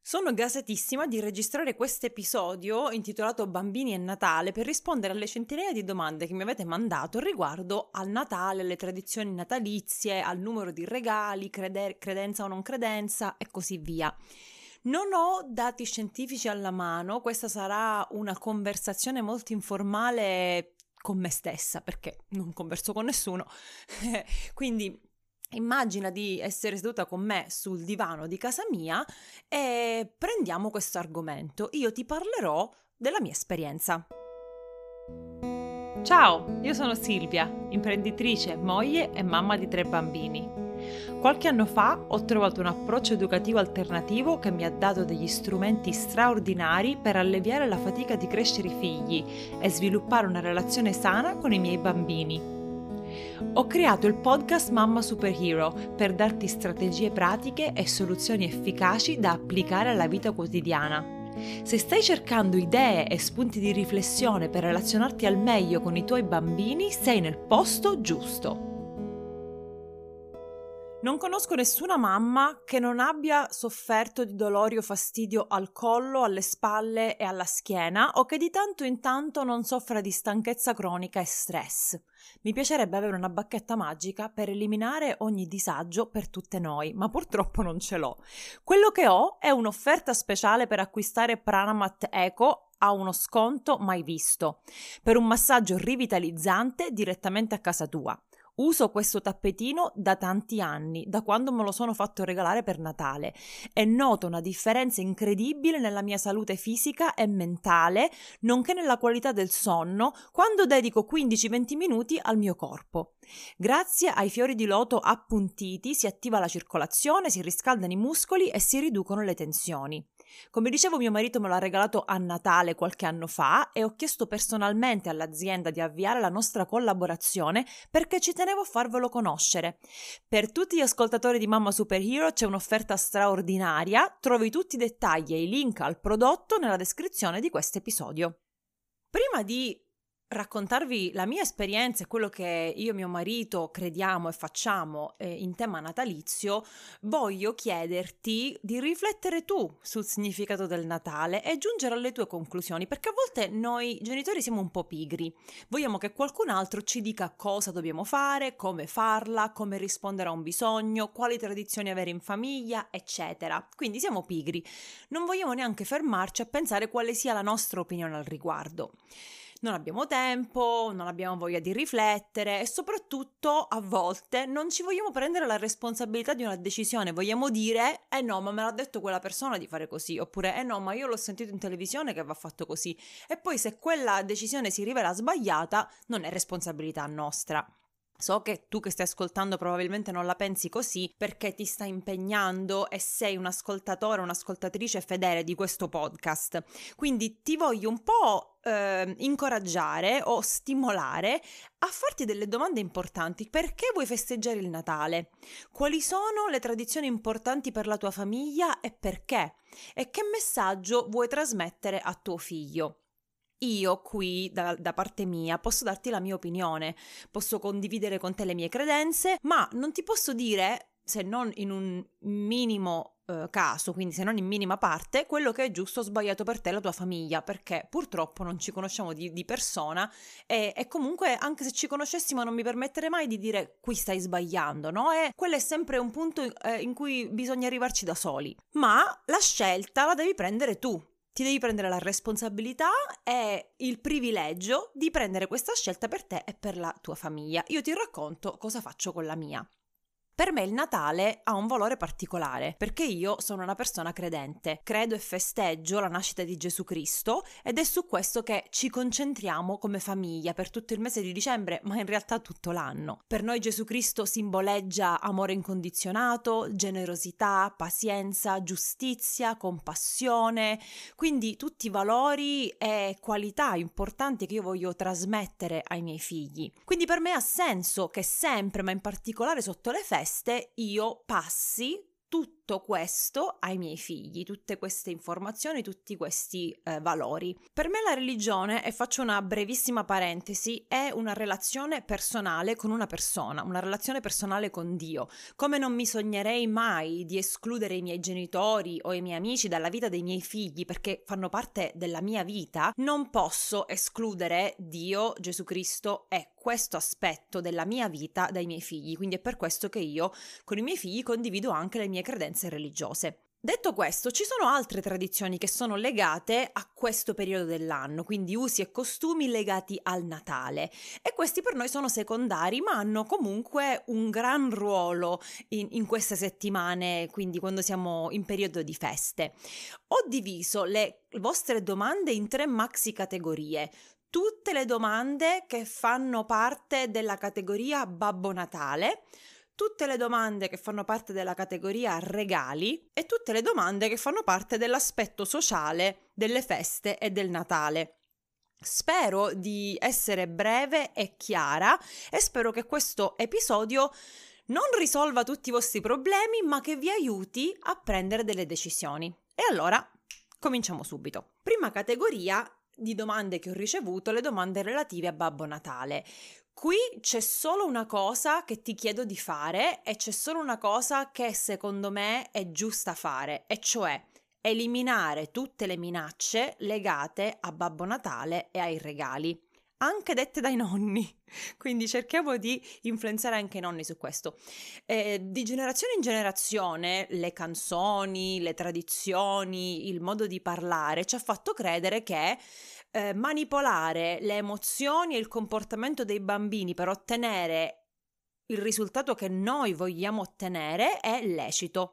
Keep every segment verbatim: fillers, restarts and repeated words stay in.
Sono gasatissima di registrare questo episodio intitolato Bambini e Natale per rispondere alle centinaia di domande che mi avete mandato riguardo al Natale, alle tradizioni natalizie, al numero di regali, crede- credenza o non credenza e così via. Non ho dati scientifici alla mano, questa sarà una conversazione molto informale con me stessa perché non converso con nessuno, quindi immagina di essere seduta con me sul divano di casa mia e prendiamo questo argomento. Io ti parlerò della mia esperienza. Ciao, io sono Silvia, imprenditrice, moglie e mamma di tre bambini. Qualche anno fa ho trovato un approccio educativo alternativo che mi ha dato degli strumenti straordinari per alleviare la fatica di crescere i figli e sviluppare una relazione sana con i miei bambini. Ho creato il podcast Mamma Superhero per darti strategie pratiche e soluzioni efficaci da applicare alla vita quotidiana. Se stai cercando idee e spunti di riflessione per relazionarti al meglio con i tuoi bambini, sei nel posto giusto. Non conosco nessuna mamma che non abbia sofferto di dolori o fastidio al collo, alle spalle e alla schiena o che di tanto in tanto non soffra di stanchezza cronica e stress. Mi piacerebbe avere una bacchetta magica per eliminare ogni disagio per tutte noi, ma purtroppo non ce l'ho. Quello che ho è un'offerta speciale per acquistare Pranamat Eco a uno sconto mai visto, per un massaggio rivitalizzante direttamente a casa tua. Uso questo tappetino da tanti anni, da quando me lo sono fatto regalare per Natale, e noto una differenza incredibile nella mia salute fisica e mentale, nonché nella qualità del sonno, quando dedico quindici venti minuti al mio corpo. Grazie ai fiori di loto appuntiti si attiva la circolazione, si riscaldano i muscoli e si riducono le tensioni. Come dicevo, mio marito me l'ha regalato a Natale qualche anno fa e ho chiesto personalmente all'azienda di avviare la nostra collaborazione perché ci tenevo a farvelo conoscere. Per tutti gli ascoltatori di Mamma Superhero c'è un'offerta straordinaria, trovi tutti i dettagli e i link al prodotto nella descrizione di questo episodio. Prima di raccontarvi la mia esperienza e quello che io e mio marito crediamo e facciamo eh, in tema natalizio, voglio chiederti di riflettere tu sul significato del Natale e giungere alle tue conclusioni, perché a volte noi genitori siamo un po' pigri, vogliamo che qualcun altro ci dica cosa dobbiamo fare, come farla, come rispondere a un bisogno, quali tradizioni avere in famiglia, eccetera. Quindi siamo pigri, non vogliamo neanche fermarci a pensare quale sia la nostra opinione al riguardo. Non abbiamo tempo, non abbiamo voglia di riflettere e soprattutto a volte non ci vogliamo prendere la responsabilità di una decisione, vogliamo dire eh no, ma me l'ha detto quella persona di fare così, oppure eh no, ma io l'ho sentito in televisione che va fatto così, e poi se quella decisione si rivela sbagliata non è responsabilità nostra. So che tu che stai ascoltando probabilmente non la pensi così perché ti stai impegnando e sei un ascoltatore o un'ascoltatrice fedele di questo podcast. Quindi ti voglio un po' eh, incoraggiare o stimolare a farti delle domande importanti. Perché vuoi festeggiare il Natale? Quali sono le tradizioni importanti per la tua famiglia e perché? E che messaggio vuoi trasmettere a tuo figlio? Io qui, da, da parte mia, posso darti la mia opinione, posso condividere con te le mie credenze, ma non ti posso dire, se non in un minimo eh, caso, quindi se non in minima parte, quello che è giusto o sbagliato per te e la tua famiglia, perché purtroppo non ci conosciamo di, di persona e, e comunque anche se ci conoscessimo non mi permetterei mai di dire qui stai sbagliando, no? E quello è sempre un punto eh, in cui bisogna arrivarci da soli, ma la scelta la devi prendere tu. Ti devi prendere la responsabilità e il privilegio di prendere questa scelta per te e per la tua famiglia. Io ti racconto cosa faccio con la mia. Per me il Natale ha un valore particolare perché io sono una persona credente, credo e festeggio la nascita di Gesù Cristo ed è su questo che ci concentriamo come famiglia per tutto il mese di dicembre, ma in realtà tutto l'anno. Per noi Gesù Cristo simboleggia amore incondizionato, generosità, pazienza, giustizia, compassione, quindi tutti valori e qualità importanti che io voglio trasmettere ai miei figli. Quindi per me ha senso che sempre, ma in particolare sotto le feste, io passi tutto tutto questo ai miei figli, tutte queste informazioni, tutti questi eh, valori. Per me la religione, e faccio una brevissima parentesi, è una relazione personale con una persona, una relazione personale con Dio. Come non mi sognerei mai di escludere i miei genitori o i miei amici dalla vita dei miei figli perché fanno parte della mia vita, non posso escludere Dio, Gesù Cristo e questo aspetto della mia vita dai miei figli. Quindi è per questo che io con i miei figli condivido anche le mie credenze religiose. Detto questo, ci sono altre tradizioni che sono legate a questo periodo dell'anno, quindi usi e costumi legati al Natale, e questi per noi sono secondari, ma hanno comunque un gran ruolo in, in queste settimane, quindi quando siamo in periodo di feste. Ho diviso le vostre domande in tre maxi categorie. Tutte le domande che fanno parte della categoria Babbo Natale, tutte le domande che fanno parte della categoria regali e tutte le domande che fanno parte dell'aspetto sociale delle feste e del Natale. Spero di essere breve e chiara e spero che questo episodio non risolva tutti i vostri problemi, ma che vi aiuti a prendere delle decisioni. E allora, cominciamo subito. Prima categoria di domande che ho ricevuto, le domande relative a Babbo Natale. Qui c'è solo una cosa che ti chiedo di fare e c'è solo una cosa che secondo me è giusta fare, e cioè eliminare tutte le minacce legate a Babbo Natale e ai regali, anche dette dai nonni. Quindi cerchiamo di influenzare anche i nonni su questo. Eh, di generazione in generazione le canzoni, le tradizioni, il modo di parlare ci ha fatto credere che eh, manipolare le emozioni e il comportamento dei bambini per ottenere il risultato che noi vogliamo ottenere è lecito.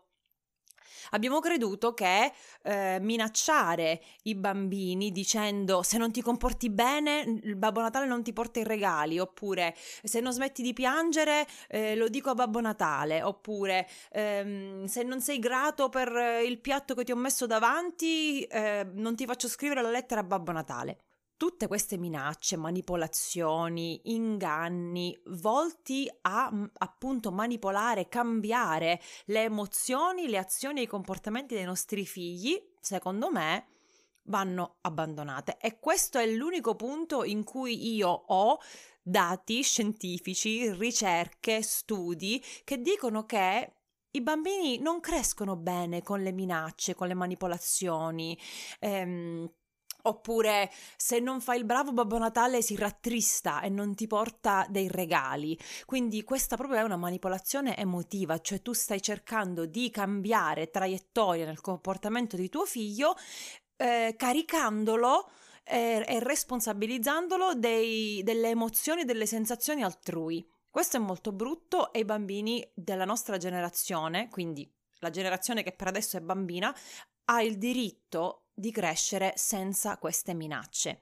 Abbiamo creduto che eh, minacciare i bambini dicendo se non ti comporti bene il Babbo Natale non ti porta i regali, oppure se non smetti di piangere eh, lo dico a Babbo Natale, oppure ehm, se non sei grato per il piatto che ti ho messo davanti eh, non ti faccio scrivere la lettera a Babbo Natale. Tutte queste minacce, manipolazioni, inganni, volti a appunto manipolare, cambiare le emozioni, le azioni e i comportamenti dei nostri figli, secondo me, vanno abbandonate. E questo è l'unico punto in cui io ho dati scientifici, ricerche, studi che dicono che i bambini non crescono bene con le minacce, con le manipolazioni, ehm, oppure se non fai il bravo Babbo Natale si rattrista e non ti porta dei regali. Quindi questa proprio è una manipolazione emotiva, cioè tu stai cercando di cambiare traiettoria nel comportamento di tuo figlio eh, caricandolo eh, e responsabilizzandolo dei, delle emozioni e delle sensazioni altrui. Questo è molto brutto e i bambini della nostra generazione, quindi la generazione che per adesso è bambina, ha il diritto di crescere senza queste minacce.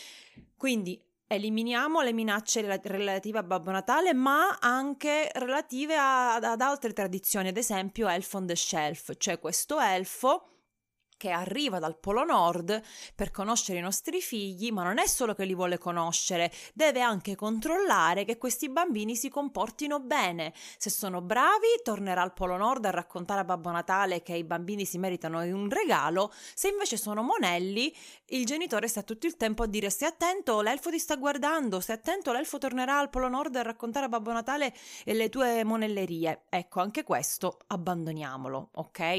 Quindi eliminiamo le minacce relative a Babbo Natale, ma anche relative a, ad altre tradizioni, ad esempio Elf on the Shelf, cioè questo elfo che arriva dal Polo Nord per conoscere i nostri figli, ma non è solo che li vuole conoscere, deve anche controllare che questi bambini si comportino bene. Se sono bravi, tornerà al Polo Nord a raccontare a Babbo Natale che i bambini si meritano un regalo. Se invece sono monelli, il genitore sta tutto il tempo a dire stai attento, l'elfo ti sta guardando, stai attento, l'elfo tornerà al Polo Nord a raccontare a Babbo Natale le tue monellerie. Ecco, anche questo abbandoniamolo, ok?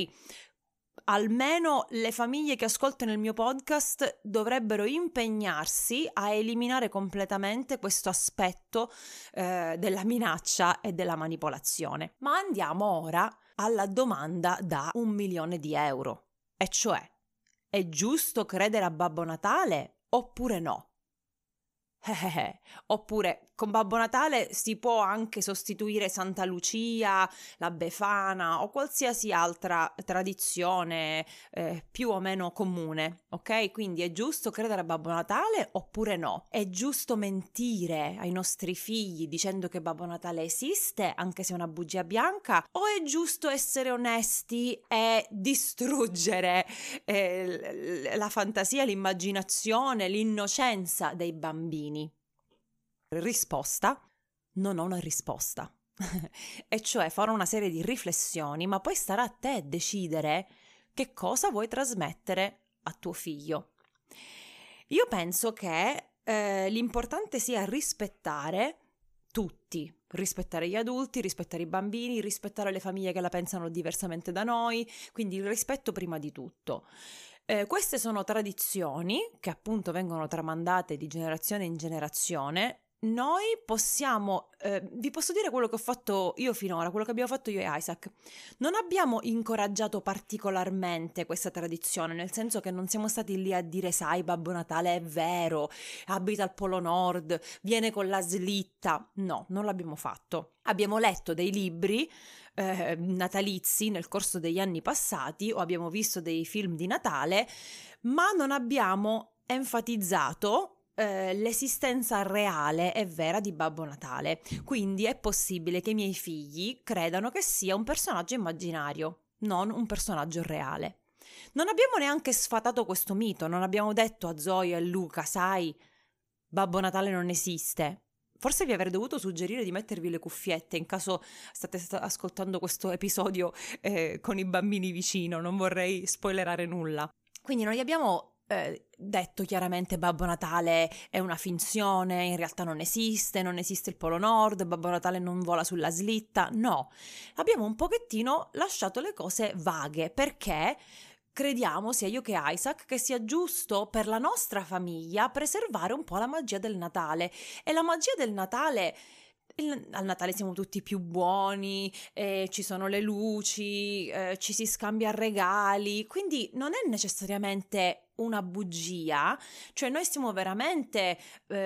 Almeno le famiglie che ascoltano il mio podcast dovrebbero impegnarsi a eliminare completamente questo aspetto eh, della minaccia e della manipolazione. Ma andiamo ora alla domanda da un milione di euro, e cioè, è giusto credere a Babbo Natale oppure no? Eh, eh, oppure con Babbo Natale si può anche sostituire Santa Lucia, la Befana o qualsiasi altra tradizione eh, più o meno comune, ok? Quindi è giusto credere a Babbo Natale oppure no? È giusto mentire ai nostri figli dicendo che Babbo Natale esiste, anche se è una bugia bianca? O è giusto essere onesti e distruggere eh, la fantasia, l'immaginazione, l'innocenza dei bambini? Risposta: non ho una risposta. e cioè farò una serie di riflessioni, ma poi starà a te decidere che cosa vuoi trasmettere a tuo figlio. Io penso che eh, l'importante sia rispettare tutti, rispettare gli adulti, rispettare i bambini, rispettare le famiglie che la pensano diversamente da noi, quindi il rispetto prima di tutto. Eh, queste sono tradizioni che appunto vengono tramandate di generazione in generazione. Noi possiamo, eh, vi posso dire quello che ho fatto io finora, quello che abbiamo fatto io e Isaac. Non abbiamo incoraggiato particolarmente questa tradizione, nel senso che non siamo stati lì a dire sai, Babbo Natale è vero, abita al Polo Nord, viene con la slitta. No, non l'abbiamo fatto. Abbiamo letto dei libri eh, natalizi nel corso degli anni passati o abbiamo visto dei film di Natale, ma non abbiamo enfatizzato Uh, l'esistenza reale e vera di Babbo Natale, quindi è possibile che i miei figli credano che sia un personaggio immaginario, non un personaggio reale. Non abbiamo neanche sfatato questo mito, non abbiamo detto a Zoe e a Luca, sai, Babbo Natale non esiste. Forse vi avrei dovuto suggerire di mettervi le cuffiette in caso state ascoltando questo episodio eh, con i bambini vicino, non vorrei spoilerare nulla. Quindi non gli abbiamo Eh, detto chiaramente Babbo Natale è una finzione, in realtà non esiste, non esiste il Polo Nord, Babbo Natale non vola sulla slitta, no, abbiamo un pochettino lasciato le cose vaghe perché crediamo, sia io che Isaac, che sia giusto per la nostra famiglia preservare un po' la magia del Natale. E la magia del Natale, il, al Natale siamo tutti più buoni, eh, ci sono le luci, eh, ci si scambia regali, quindi non è necessariamente una bugia, cioè noi stiamo veramente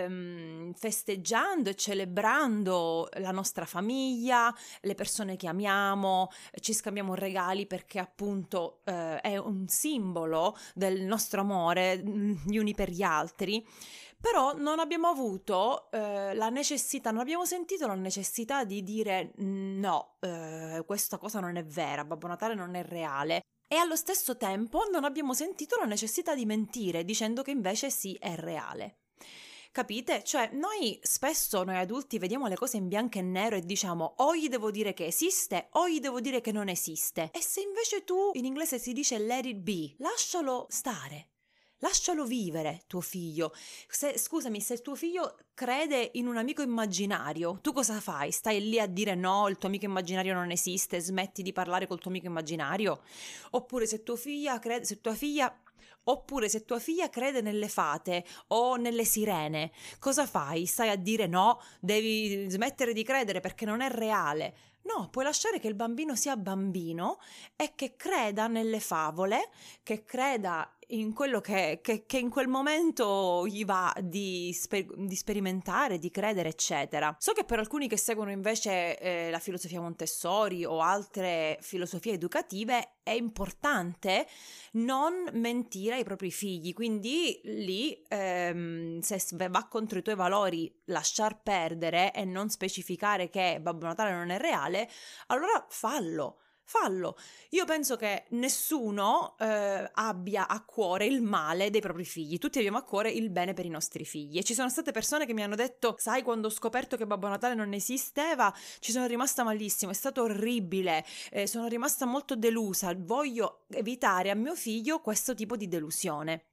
ehm, festeggiando e celebrando la nostra famiglia, le persone che amiamo, ci scambiamo regali perché appunto eh, è un simbolo del nostro amore gli uni per gli altri. Però non abbiamo avuto eh, la necessità, non abbiamo sentito la necessità di dire no, eh, questa cosa non è vera, Babbo Natale non è reale. E allo stesso tempo non abbiamo sentito la necessità di mentire, dicendo che invece sì, è reale. Capite? Cioè, noi spesso, noi adulti, vediamo le cose in bianco e nero e diciamo o gli devo dire che esiste o gli devo dire che non esiste. E se invece tu, in inglese si dice let it be, lascialo stare. Lascialo vivere tuo figlio. Se, scusami, se tuo figlio crede in un amico immaginario, tu cosa fai? Stai lì a dire no, il tuo amico immaginario non esiste, smetti di parlare col tuo amico immaginario? Oppure se tua figlia crede, se tua figlia, oppure se tua figlia crede nelle fate o nelle sirene, cosa fai? Stai a dire no, devi smettere di credere perché non è reale. No, puoi lasciare che il bambino sia bambino e che creda nelle favole, che creda in quello che, che, che in quel momento gli va di, sper- di sperimentare, di credere, eccetera. So che per alcuni che seguono invece eh, la filosofia Montessori o altre filosofie educative è importante non mentire ai propri figli, quindi lì ehm, se va contro i tuoi valori lasciar perdere e non specificare che Babbo Natale non è reale, allora fallo. Fallo. Io penso che nessuno eh, abbia a cuore il male dei propri figli, tutti abbiamo a cuore il bene per i nostri figli e ci sono state persone che mi hanno detto sai quando ho scoperto che Babbo Natale non esisteva ci sono rimasta malissimo, è stato orribile, eh, sono rimasta molto delusa, voglio evitare a mio figlio questo tipo di delusione.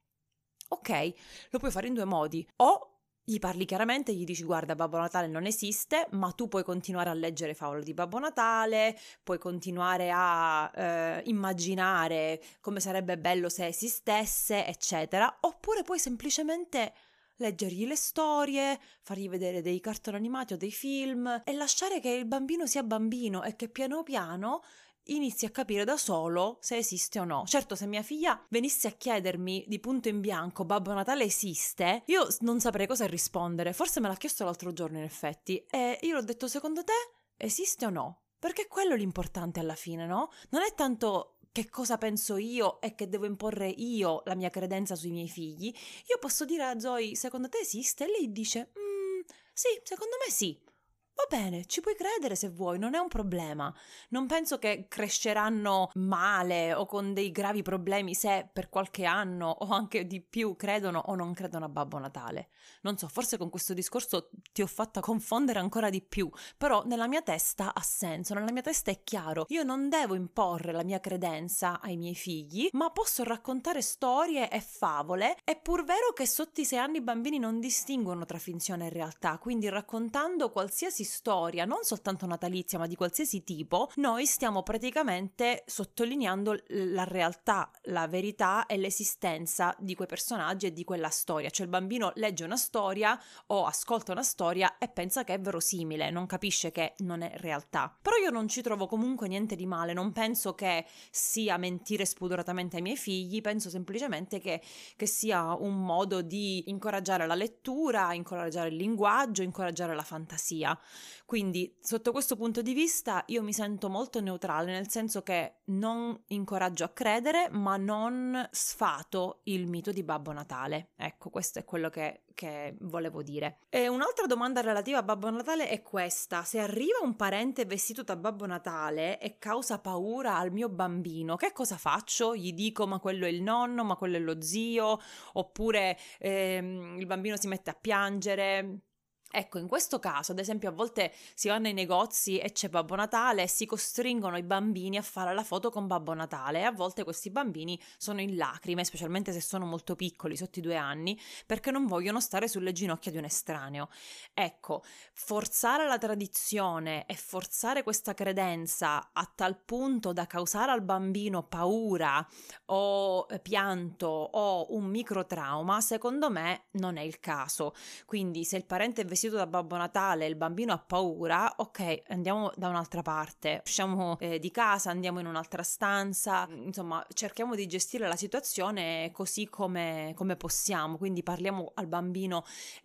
Ok, lo puoi fare in due modi, o gli parli chiaramente, gli dici guarda Babbo Natale non esiste, ma tu puoi continuare a leggere favole di Babbo Natale, puoi continuare a eh, immaginare come sarebbe bello se esistesse, eccetera, oppure puoi semplicemente leggergli le storie, fargli vedere dei cartoni animati o dei film e lasciare che il bambino sia bambino e che piano piano inizi a capire da solo se esiste o no. Certo, se mia figlia venisse a chiedermi di punto in bianco Babbo Natale esiste, io non saprei cosa rispondere. Forse me l'ha chiesto l'altro giorno in effetti e io l'ho detto secondo te esiste o no? Perché quello è l'importante alla fine, no? Non è tanto che cosa penso io e che devo imporre io la mia credenza sui miei figli. Io posso dire a Zoe secondo te esiste? E lei dice mm, sì, secondo me sì. Va bene, ci puoi credere se vuoi, non è un problema. Non penso che cresceranno male o con dei gravi problemi se per qualche anno o anche di più credono o non credono a Babbo Natale. Non so, forse con questo discorso ti ho fatta confondere ancora di più, però nella mia testa ha senso, nella mia testa è chiaro. Io non devo imporre la mia credenza ai miei figli, ma posso raccontare storie e favole. È pur vero che sotto i sei anni i bambini non distinguono tra finzione e realtà, quindi raccontando qualsiasi storia, non soltanto natalizia, ma di qualsiasi tipo, noi stiamo praticamente sottolineando la realtà, la verità e l'esistenza di quei personaggi e di quella storia. Cioè il bambino legge una storia o ascolta una storia e pensa che è verosimile, non capisce che non è realtà. Però io non ci trovo comunque niente di male, non penso che sia mentire spudoratamente ai miei figli, penso semplicemente che, che sia un modo di incoraggiare la lettura, incoraggiare il linguaggio, incoraggiare la fantasia. Quindi sotto questo punto di vista io mi sento molto neutrale, nel senso che non incoraggio a credere, ma non sfato il mito di Babbo Natale. Ecco, questo è quello che, che volevo dire. E un'altra domanda relativa a Babbo Natale è questa: se arriva un parente vestito da Babbo Natale e causa paura al mio bambino, che cosa faccio? Gli dico ma quello è il nonno, ma quello è lo zio, oppure ehm, il bambino si mette a piangere? Ecco, in questo caso, ad esempio, a volte si vanno ai negozi e c'è Babbo Natale e si costringono i bambini a fare la foto con Babbo Natale, e a volte questi bambini sono in lacrime, specialmente se sono molto piccoli, sotto i due anni, perché non vogliono stare sulle ginocchia di un estraneo. Ecco, forzare la tradizione e forzare questa credenza a tal punto da causare al bambino paura o pianto o un microtrauma, secondo me non è il caso. Quindi se il parente è vestito da Babbo Natale e il bambino ha paura, ok, andiamo da un'altra parte, usciamo eh, di casa, andiamo in un'altra stanza, insomma cerchiamo di gestire la situazione così come, come possiamo. Quindi parliamo al bambino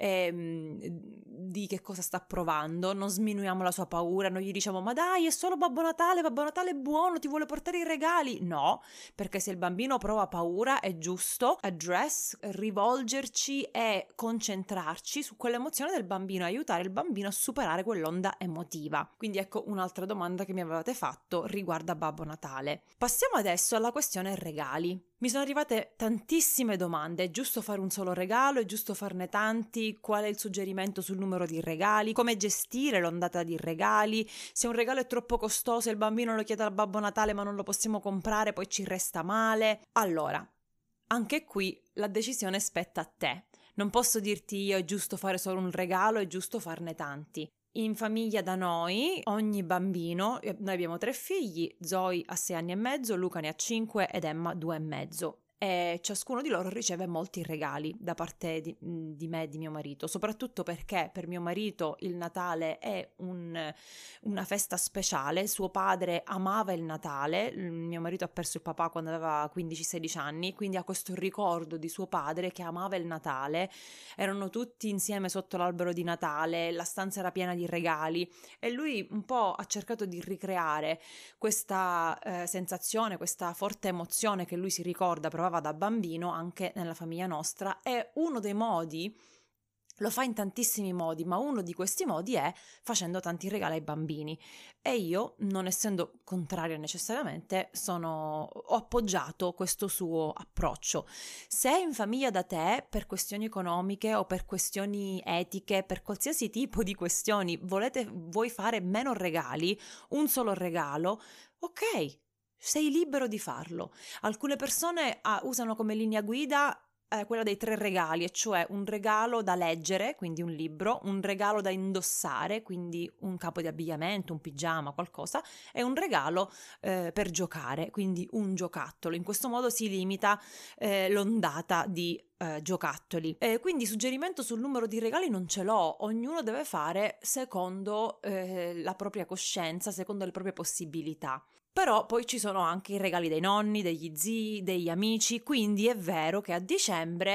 ehm, di che cosa sta provando, non sminuiamo la sua paura, non gli diciamo ma dai è solo Babbo Natale, Babbo Natale è buono, ti vuole portare i regali. No, perché se il bambino prova paura è giusto address, rivolgerci e concentrarci su quell'emozione del bambino, aiutare il bambino a superare quell'onda emotiva. Quindi ecco un'altra domanda che mi avevate fatto riguarda Babbo Natale. Passiamo adesso alla questione regali. Mi sono arrivate tantissime domande: è giusto fare un solo regalo? È giusto farne tanti? Qual è il suggerimento sul numero di regali? Come gestire l'ondata di regali? Se un regalo è troppo costoso e il bambino lo chiede al Babbo Natale ma non lo possiamo comprare, poi ci resta male. Allora, anche qui la decisione spetta a te. Non posso dirti io è giusto fare solo un regalo, è giusto farne tanti. In famiglia da noi, ogni bambino, noi abbiamo tre figli, Zoe ha sei anni e mezzo, Luca ne ha cinque ed Emma due e mezzo. E ciascuno di loro riceve molti regali da parte di, di me e di mio marito, soprattutto perché per mio marito il Natale è un, una festa speciale. Suo padre amava il Natale, mio marito ha perso il papà quando aveva quindici sedici anni, quindi ha questo ricordo di suo padre che amava il Natale. Erano tutti insieme sotto l'albero di Natale, la stanza era piena di regali e lui un po' ha cercato di ricreare questa eh, sensazione, questa forte emozione che lui si ricorda provava da bambino anche nella famiglia nostra. E uno dei modi, lo fa in tantissimi modi, ma uno di questi modi è facendo tanti regali ai bambini. E io, non essendo contraria necessariamente, sono, ho appoggiato questo suo approccio. Se in famiglia da te, per questioni economiche o per questioni etiche, per qualsiasi tipo di questioni, volete voi fare meno regali, un solo regalo, ok, sei libero di farlo. Alcune persone ah, usano come linea guida eh, quella dei tre regali, e cioè un regalo da leggere, quindi un libro, un regalo da indossare, quindi un capo di abbigliamento, un pigiama, qualcosa, e un regalo eh, per giocare, quindi un giocattolo. In questo modo si limita eh, l'ondata di eh, giocattoli. Eh, quindi suggerimento sul numero di regali non ce l'ho, ognuno deve fare secondo eh, la propria coscienza, secondo le proprie possibilità. Però poi ci sono anche i regali dei nonni, degli zii, degli amici, quindi è vero che a dicembre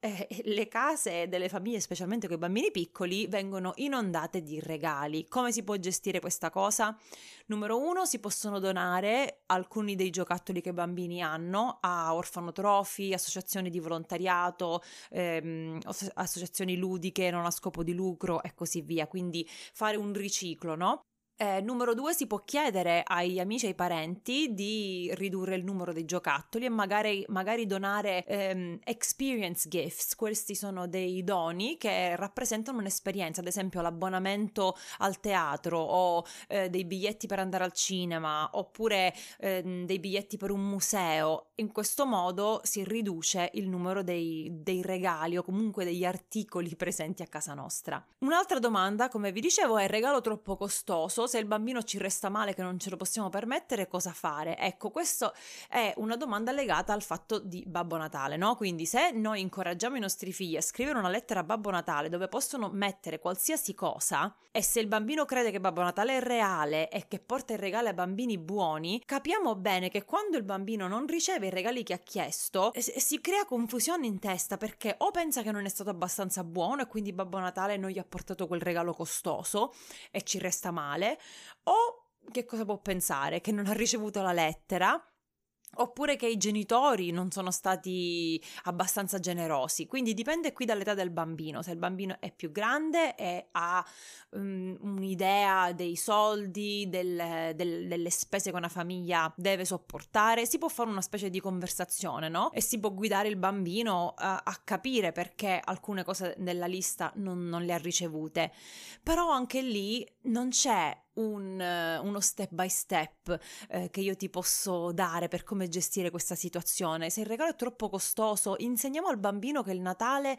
eh, le case delle famiglie, specialmente con i bambini piccoli, vengono inondate di regali. Come si può gestire questa cosa? Numero uno, si possono donare alcuni dei giocattoli che i bambini hanno a orfanotrofi, associazioni di volontariato, ehm, associazioni ludiche non a scopo di lucro e così via, quindi fare un riciclo, no? Eh, numero due, si può chiedere agli amici e ai parenti di ridurre il numero dei giocattoli e magari, magari donare ehm, experience gifts. Questi sono dei doni che rappresentano un'esperienza, ad esempio l'abbonamento al teatro o eh, dei biglietti per andare al cinema oppure ehm, dei biglietti per un museo. In questo modo si riduce il numero dei, dei regali o comunque degli articoli presenti a casa nostra. Un'altra domanda, come vi dicevo, è: il regalo troppo costoso? Se il bambino ci resta male, che non ce lo possiamo permettere, cosa fare? Ecco, questo è una domanda legata al fatto di Babbo Natale, no? Quindi se noi incoraggiamo i nostri figli a scrivere una lettera a Babbo Natale dove possono mettere qualsiasi cosa, e se il bambino crede che Babbo Natale è reale e che porta i regali a bambini buoni, capiamo bene che quando il bambino non riceve i regali che ha chiesto, si crea confusione in testa, perché o pensa che non è stato abbastanza buono e quindi Babbo Natale non gli ha portato quel regalo costoso e ci resta male, o che cosa può pensare? Che non ha ricevuto la lettera, oppure che i genitori non sono stati abbastanza generosi. Quindi dipende qui dall'età del bambino. Se il bambino è più grande e ha um, un'idea dei soldi, del, del, delle spese che una famiglia deve sopportare, si può fare una specie di conversazione, no? E si può guidare il bambino a, a capire perché alcune cose della lista non, non le ha ricevute. Però anche lì non c'è Un, uno step by step eh, che io ti posso dare per come gestire questa situazione. Se il regalo è troppo costoso, insegniamo al bambino che il Natale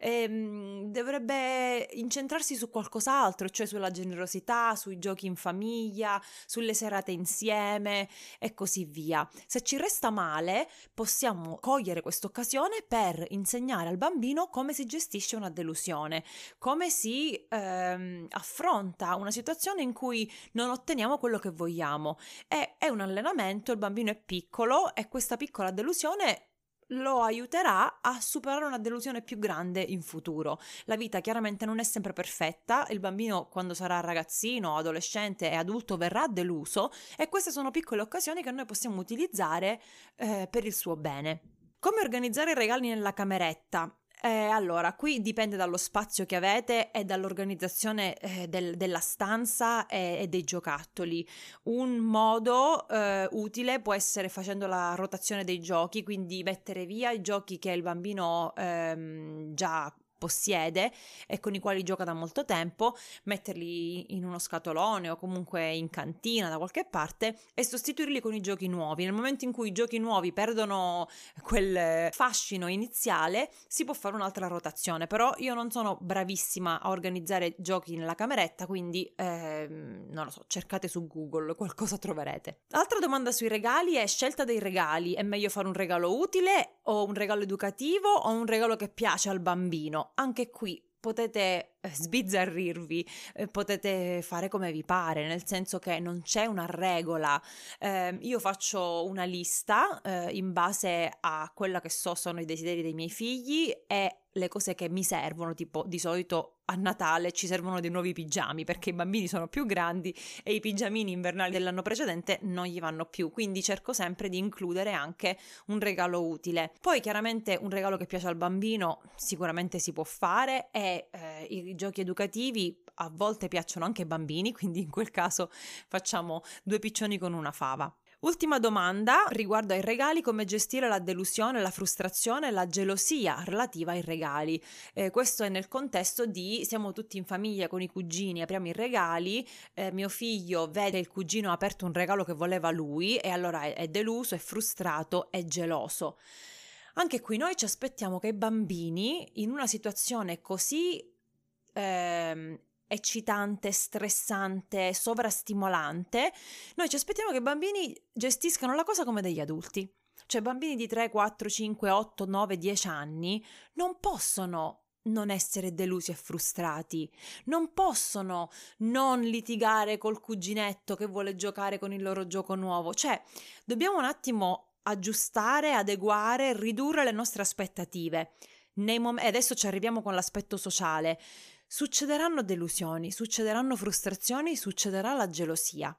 ehm, dovrebbe incentrarsi su qualcos'altro, cioè sulla generosità, sui giochi in famiglia, sulle serate insieme e così via. Se ci resta male, possiamo cogliere questa occasione per insegnare al bambino come si gestisce una delusione, come si ehm, affronta una situazione in cui non otteniamo quello che vogliamo. È, è un allenamento, il bambino è piccolo e questa piccola delusione lo aiuterà a superare una delusione più grande in futuro. La vita chiaramente non è sempre perfetta, il bambino quando sarà ragazzino, adolescente e adulto verrà deluso, e queste sono piccole occasioni che noi possiamo utilizzare eh, per il suo bene. Come organizzare i regali nella cameretta? Eh, allora, qui dipende dallo spazio che avete e dall'organizzazione eh, del, della stanza e, e dei giocattoli. Un modo eh, utile può essere facendo la rotazione dei giochi, quindi mettere via i giochi che il bambino ehm, già possiede e con i quali gioca da molto tempo, metterli in uno scatolone o comunque in cantina da qualche parte e sostituirli con i giochi nuovi. Nel momento in cui i giochi nuovi perdono quel fascino iniziale, si può fare un'altra rotazione, però io non sono bravissima a organizzare giochi nella cameretta, quindi ehm, non lo so, cercate su Google, qualcosa troverete. Altra domanda sui regali è scelta dei regali. È meglio fare un regalo utile o un regalo educativo o un regalo che piace al bambino? Anche qui potete sbizzarrirvi, eh, potete fare come vi pare, nel senso che non c'è una regola. Eh, io faccio una lista eh, in base a quella che so sono i desideri dei miei figli e le cose che mi servono, tipo di solito a Natale ci servono dei nuovi pigiami perché i bambini sono più grandi e i pigiamini invernali dell'anno precedente non gli vanno più, quindi cerco sempre di includere anche un regalo utile. Poi chiaramente un regalo che piace al bambino sicuramente si può fare e eh, i giochi educativi a volte piacciono anche ai bambini, quindi in quel caso facciamo due piccioni con una fava. Ultima domanda riguardo ai regali: come gestire la delusione, la frustrazione e la gelosia relativa ai regali. Eh, questo è nel contesto di siamo tutti in famiglia con i cugini, apriamo i regali, eh, mio figlio vede il cugino ha aperto un regalo che voleva lui e allora è, è deluso, è frustrato, è geloso. Anche qui noi ci aspettiamo che i bambini in una situazione così ehm, eccitante, stressante, sovrastimolante, noi ci aspettiamo che i bambini gestiscano la cosa come degli adulti. Cioè bambini di tre, quattro, cinque, otto, nove, dieci anni non possono non essere delusi e frustrati, non possono non litigare col cuginetto che vuole giocare con il loro gioco nuovo. Cioè dobbiamo un attimo aggiustare, adeguare, ridurre le nostre aspettative. Nei mom- e adesso ci arriviamo con l'aspetto sociale. Succederanno delusioni, succederanno frustrazioni, succederà la gelosia.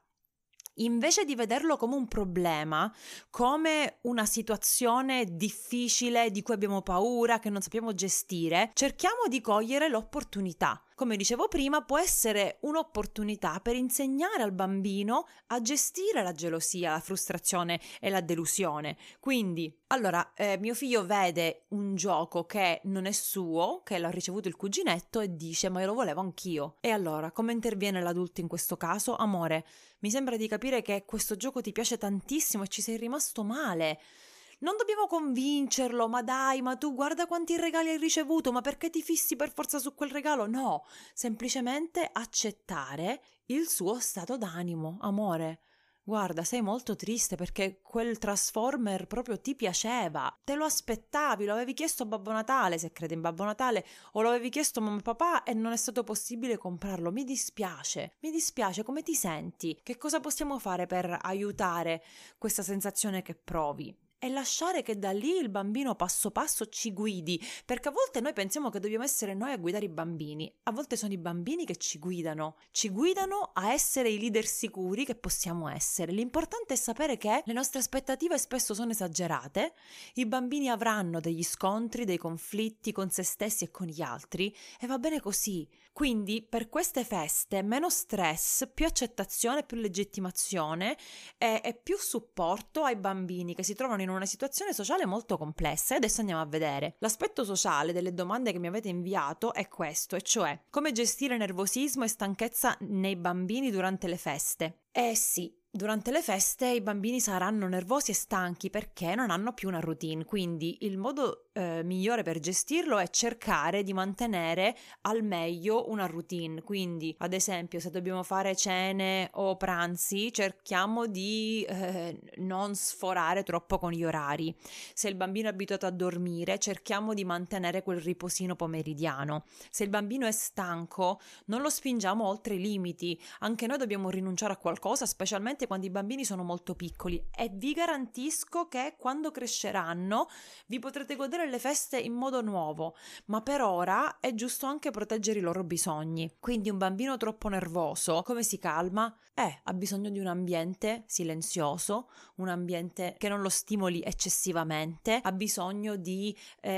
Invece di vederlo come un problema, come una situazione difficile di cui abbiamo paura, che non sappiamo gestire, cerchiamo di cogliere l'opportunità. Come dicevo prima, può essere un'opportunità per insegnare al bambino a gestire la gelosia, la frustrazione e la delusione. Quindi, allora, eh, mio figlio vede un gioco che non è suo, che l'ha ricevuto il cuginetto e dice: ma io lo volevo anch'io. E allora, come interviene l'adulto in questo caso? Amore, mi sembra di capire che questo gioco ti piace tantissimo e ci sei rimasto male. Non dobbiamo convincerlo, ma dai, ma tu guarda quanti regali hai ricevuto, ma perché ti fissi per forza su quel regalo? No, semplicemente accettare il suo stato d'animo. Amore, guarda, sei molto triste perché quel Transformer proprio ti piaceva, te lo aspettavi, lo avevi chiesto a Babbo Natale, se crede in Babbo Natale, o lo avevi chiesto a mamma e papà e non è stato possibile comprarlo. Mi dispiace, mi dispiace, come ti senti? Che cosa possiamo fare per aiutare questa sensazione che provi? E lasciare che da lì il bambino passo passo ci guidi, perché a volte noi pensiamo che dobbiamo essere noi a guidare i bambini, a volte sono i bambini che ci guidano, ci guidano a essere i leader sicuri che possiamo essere. L'importante è sapere che le nostre aspettative spesso sono esagerate, i bambini avranno degli scontri, dei conflitti con se stessi e con gli altri e va bene così. Quindi per queste feste meno stress, più accettazione, più legittimazione e, e più supporto ai bambini che si trovano in una situazione sociale molto complessa. E adesso andiamo a vedere. L'aspetto sociale delle domande che mi avete inviato è questo, e cioè: come gestire nervosismo e stanchezza nei bambini durante le feste? Eh sì, durante le feste i bambini saranno nervosi e stanchi perché non hanno più una routine, quindi il modo eh, migliore per gestirlo è cercare di mantenere al meglio una routine. Quindi, ad esempio, se dobbiamo fare cene o pranzi, cerchiamo di eh, non sforare troppo con gli orari. Se il bambino è abituato a dormire, cerchiamo di mantenere quel riposino pomeridiano. Se il bambino è stanco, non lo spingiamo oltre i limiti. Anche noi dobbiamo rinunciare a qualcosa, specialmente quando i bambini sono molto piccoli, e vi garantisco che quando cresceranno vi potrete godere le feste in modo nuovo, ma per ora è giusto anche proteggere i loro bisogni. Quindi un bambino troppo nervoso, come si calma? Eh, ha bisogno di un ambiente silenzioso, un ambiente che non lo stimoli eccessivamente, ha bisogno di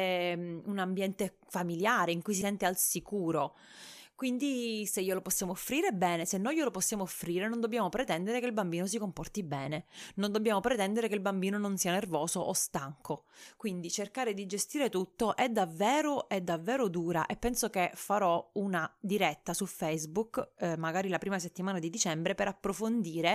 eh, un ambiente familiare in cui si sente al sicuro. Quindi se glielo possiamo offrire, bene, se non glielo possiamo offrire non dobbiamo pretendere che il bambino si comporti bene, non dobbiamo pretendere che il bambino non sia nervoso o stanco. Quindi cercare di gestire tutto è davvero, è davvero dura, e penso che farò una diretta su Facebook, eh, magari la prima settimana di dicembre, per approfondire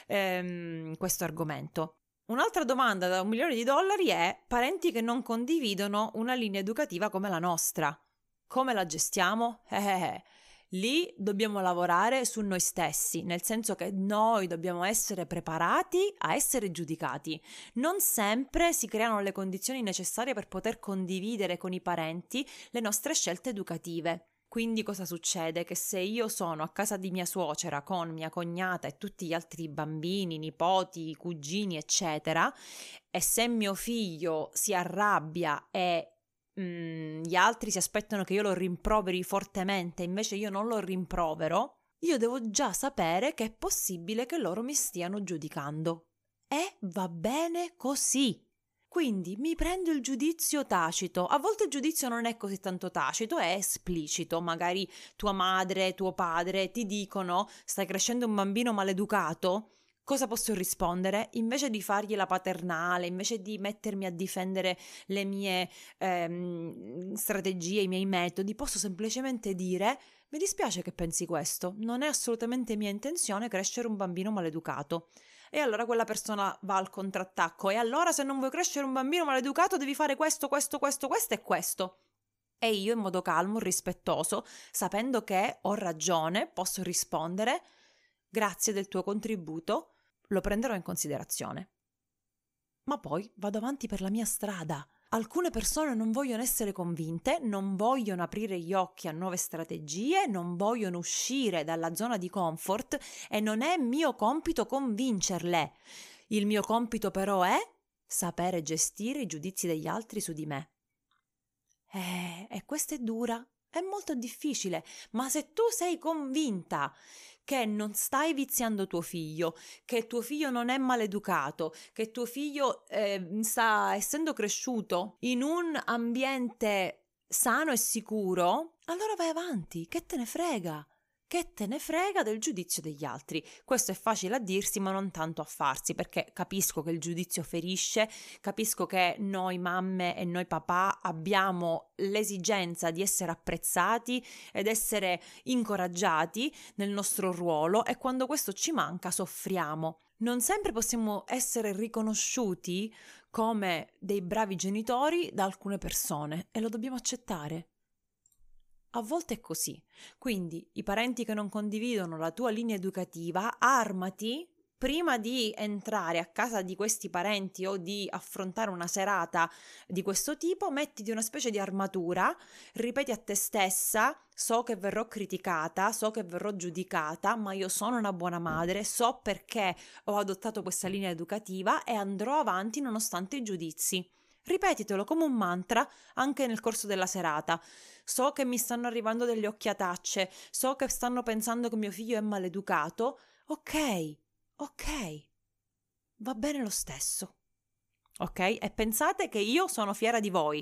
ehm, questo argomento. Un'altra domanda da un milione di dollari è: parenti che non condividono una linea educativa come la nostra. Come la gestiamo? Eh, lì dobbiamo lavorare su noi stessi, nel senso che noi dobbiamo essere preparati a essere giudicati. Non sempre si creano le condizioni necessarie per poter condividere con i parenti le nostre scelte educative. Quindi cosa succede? Che se io sono a casa di mia suocera con mia cognata e tutti gli altri bambini, nipoti, cugini, eccetera, e se mio figlio si arrabbia e Mm, gli altri si aspettano che io lo rimproveri fortemente, invece io non lo rimprovero, io devo già sapere che è possibile che loro mi stiano giudicando. E va bene così. Quindi mi prendo il giudizio tacito. A volte il giudizio non è così tanto tacito, è esplicito. Magari tua madre, tuo padre ti dicono: stai crescendo un bambino maleducato. Cosa posso rispondere? Invece di fargli la paternale, invece di mettermi a difendere le mie ehm, strategie, i miei metodi, posso semplicemente dire: mi dispiace che pensi questo, non è assolutamente mia intenzione crescere un bambino maleducato. E allora quella persona va al contrattacco: e allora se non vuoi crescere un bambino maleducato devi fare questo, questo, questo, questo e questo. E io, in modo calmo, rispettoso, sapendo che ho ragione, posso rispondere: grazie del tuo contributo, lo prenderò in considerazione. Ma poi vado avanti per la mia strada. Alcune persone non vogliono essere convinte, non vogliono aprire gli occhi a nuove strategie, non vogliono uscire dalla zona di comfort, e non è mio compito convincerle. Il mio compito però è sapere gestire i giudizi degli altri su di me. Eh, e questa è dura, è molto difficile, ma se tu sei convinta che non stai viziando tuo figlio, che tuo figlio non è maleducato, che tuo figlio eh, sta essendo cresciuto in un ambiente sano e sicuro, allora vai avanti, che te ne frega? Che te ne frega del giudizio degli altri? Questo è facile a dirsi, ma non tanto a farsi, perché capisco che il giudizio ferisce, capisco che noi mamme e noi papà abbiamo l'esigenza di essere apprezzati ed essere incoraggiati nel nostro ruolo, e quando questo ci manca soffriamo. Non sempre possiamo essere riconosciuti come dei bravi genitori da alcune persone e lo dobbiamo accettare. A volte è così, quindi i parenti che non condividono la tua linea educativa, armati prima di entrare a casa di questi parenti o di affrontare una serata di questo tipo, mettiti una specie di armatura, ripeti a te stessa: so che verrò criticata, so che verrò giudicata, ma io sono una buona madre, so perché ho adottato questa linea educativa e andrò avanti nonostante i giudizi. Ripetitelo come un mantra anche nel corso della serata. So che mi stanno arrivando delle occhiatacce, so che stanno pensando che mio figlio è maleducato. Ok, ok, va bene lo stesso. Ok? E pensate che io sono fiera di voi.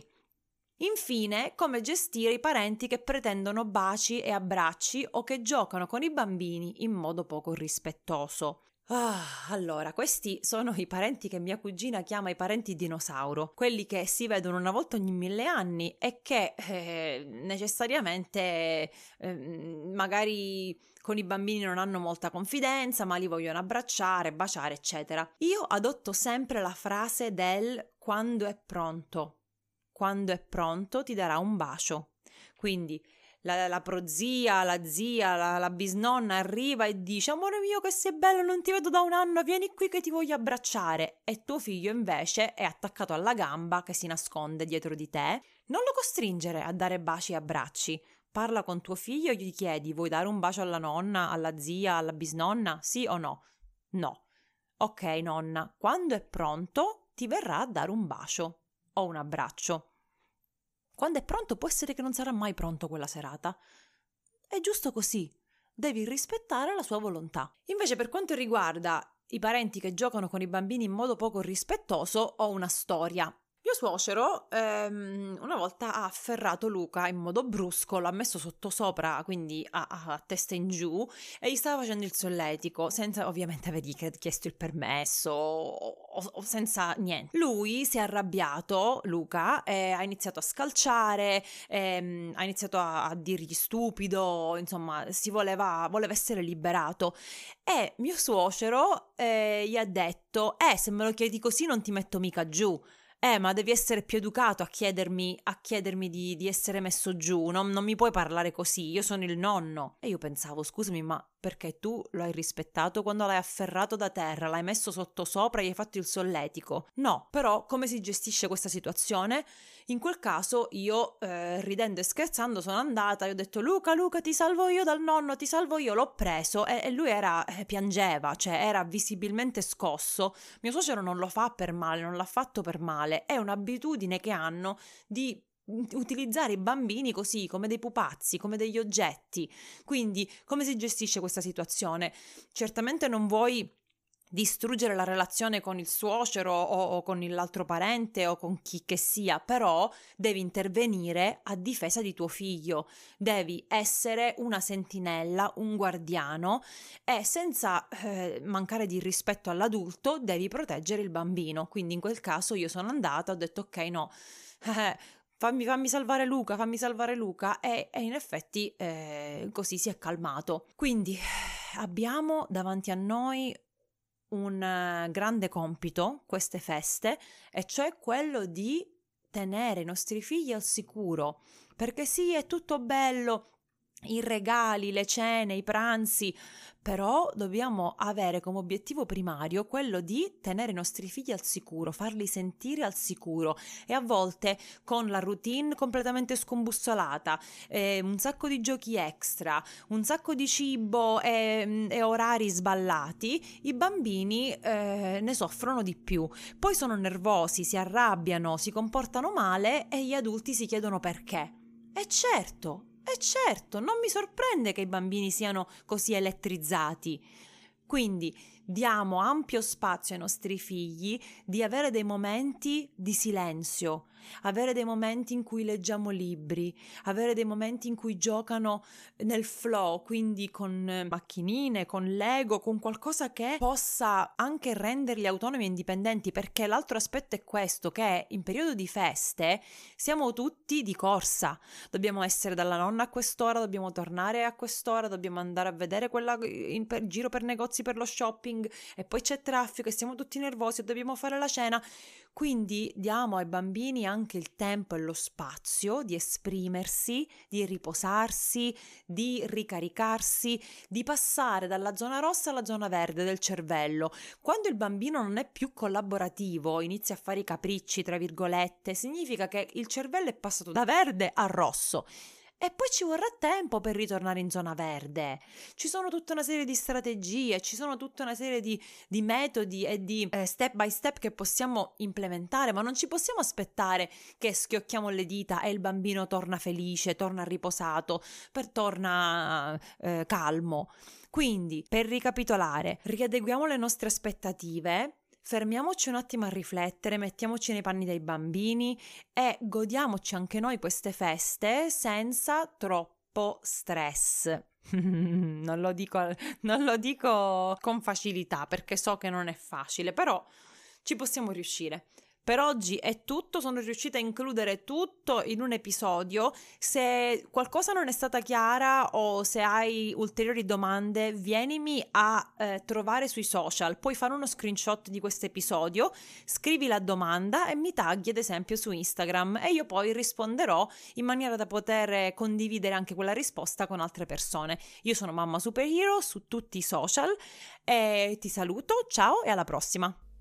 Infine, come gestire i parenti che pretendono baci e abbracci o che giocano con i bambini in modo poco rispettoso. Ah, allora, questi sono i parenti che mia cugina chiama i parenti dinosauro, quelli che si vedono una volta ogni mille anni e che eh, necessariamente eh, magari con i bambini non hanno molta confidenza, ma li vogliono abbracciare, baciare, eccetera. Io adotto sempre la frase del quando è pronto. Quando è pronto ti darà un bacio. Quindi La, la prozia, la zia, la, la bisnonna arriva e dice: amore mio, che sei bello, non ti vedo da un anno, vieni qui che ti voglio abbracciare. E tuo figlio invece è attaccato alla gamba che si nasconde dietro di te. Non lo costringere a dare baci e abbracci. Parla con tuo figlio e gli chiedi: vuoi dare un bacio alla nonna, alla zia, alla bisnonna? Sì o no? No. Ok, nonna, quando è pronto ti verrà a dare un bacio o un abbraccio. Quando è pronto può essere che non sarà mai pronto quella serata. È giusto così. Devi rispettare la sua volontà. Invece, per quanto riguarda i parenti che giocano con i bambini in modo poco rispettoso, ho una storia. Mio suocero ehm, una volta ha afferrato Luca in modo brusco, l'ha messo sottosopra, quindi a, a, a testa in giù, e gli stava facendo il solletico, senza ovviamente avergli chiesto il permesso o, o, o senza niente. Lui si è arrabbiato, Luca, e ha iniziato a scalciare, ehm, ha iniziato a, a dirgli stupido, insomma, si voleva, voleva essere liberato. E mio suocero eh, gli ha detto: eh, se me lo chiedi così non ti metto mica giù. Eh, ma devi essere più educato a chiedermi, a chiedermi di, di essere messo giù, non, non mi puoi parlare così, io sono il nonno. E io pensavo: scusami, ma perché tu lo hai rispettato quando l'hai afferrato da terra, l'hai messo sottosopra e gli hai fatto il solletico? No, però come si gestisce questa situazione? In quel caso io, eh, ridendo e scherzando, sono andata e ho detto: Luca, Luca, ti salvo io dal nonno, ti salvo io, l'ho preso, e, e lui era, eh, piangeva, cioè era visibilmente scosso. Mio suocero non lo fa per male, non l'ha fatto per male, è un'abitudine che hanno di utilizzare i bambini così, come dei pupazzi, come degli oggetti. Quindi come si gestisce questa situazione? Certamente non vuoi distruggere la relazione con il suocero o, o con l'altro parente o con chi che sia, però devi intervenire a difesa di tuo figlio, devi essere una sentinella, un guardiano, e senza eh, mancare di rispetto all'adulto devi proteggere il bambino. Quindi in quel caso io sono andata, ho detto: ok, no, eh, Fammi, fammi salvare Luca, fammi salvare Luca, e, e in effetti eh, così si è calmato. Quindi abbiamo davanti a noi un uh, grande compito, queste feste, e cioè quello di tenere i nostri figli al sicuro, perché sì, è tutto bello i regali, le cene, i pranzi, però dobbiamo avere come obiettivo primario quello di tenere i nostri figli al sicuro, farli sentire al sicuro, e a volte con la routine completamente scombussolata, eh, un sacco di giochi extra, un sacco di cibo e, e orari sballati, i bambini eh, ne soffrono di più. Poi sono nervosi, si arrabbiano, si comportano male e gli adulti si chiedono perché. E certo, e certo, non mi sorprende che i bambini siano così elettrizzati. Quindi diamo ampio spazio ai nostri figli di avere dei momenti di silenzio, avere dei momenti in cui leggiamo libri, avere dei momenti in cui giocano nel flow, quindi con macchinine, con Lego, con qualcosa che possa anche renderli autonomi e indipendenti, perché l'altro aspetto è questo, che in periodo di feste siamo tutti di corsa, dobbiamo essere dalla nonna a quest'ora, dobbiamo tornare a quest'ora, dobbiamo andare a vedere quella in per, giro per negozi per lo shopping, e poi c'è traffico e siamo tutti nervosi e dobbiamo fare la cena. Quindi diamo ai bambini anche il tempo e lo spazio di esprimersi, di riposarsi, di ricaricarsi, di passare dalla zona rossa alla zona verde del cervello. Quando il bambino non è più collaborativo, inizia a fare i capricci, tra virgolette, significa che il cervello è passato da verde a rosso. E poi ci vorrà tempo per ritornare in zona verde. Ci sono tutta una serie di strategie, ci sono tutta una serie di, di metodi e di eh, step by step che possiamo implementare, ma non ci possiamo aspettare che schiocchiamo le dita e il bambino torna felice, torna riposato, per torna eh, calmo. Quindi, per ricapitolare, riadeguiamo le nostre aspettative, fermiamoci un attimo a riflettere, mettiamoci nei panni dei bambini e godiamoci anche noi queste feste senza troppo stress. Non lo dico, non lo dico con facilità, perché so che non è facile, però ci possiamo riuscire. Per oggi è tutto, sono riuscita a includere tutto in un episodio. Se qualcosa non è stata chiara o se hai ulteriori domande, vienimi a eh, trovare sui social. Puoi fare uno screenshot di questo episodio, scrivi la domanda e mi tagli ad esempio su Instagram e io poi risponderò in maniera da poter condividere anche quella risposta con altre persone. Io sono Mamma Superhero su tutti i social e ti saluto, ciao e alla prossima!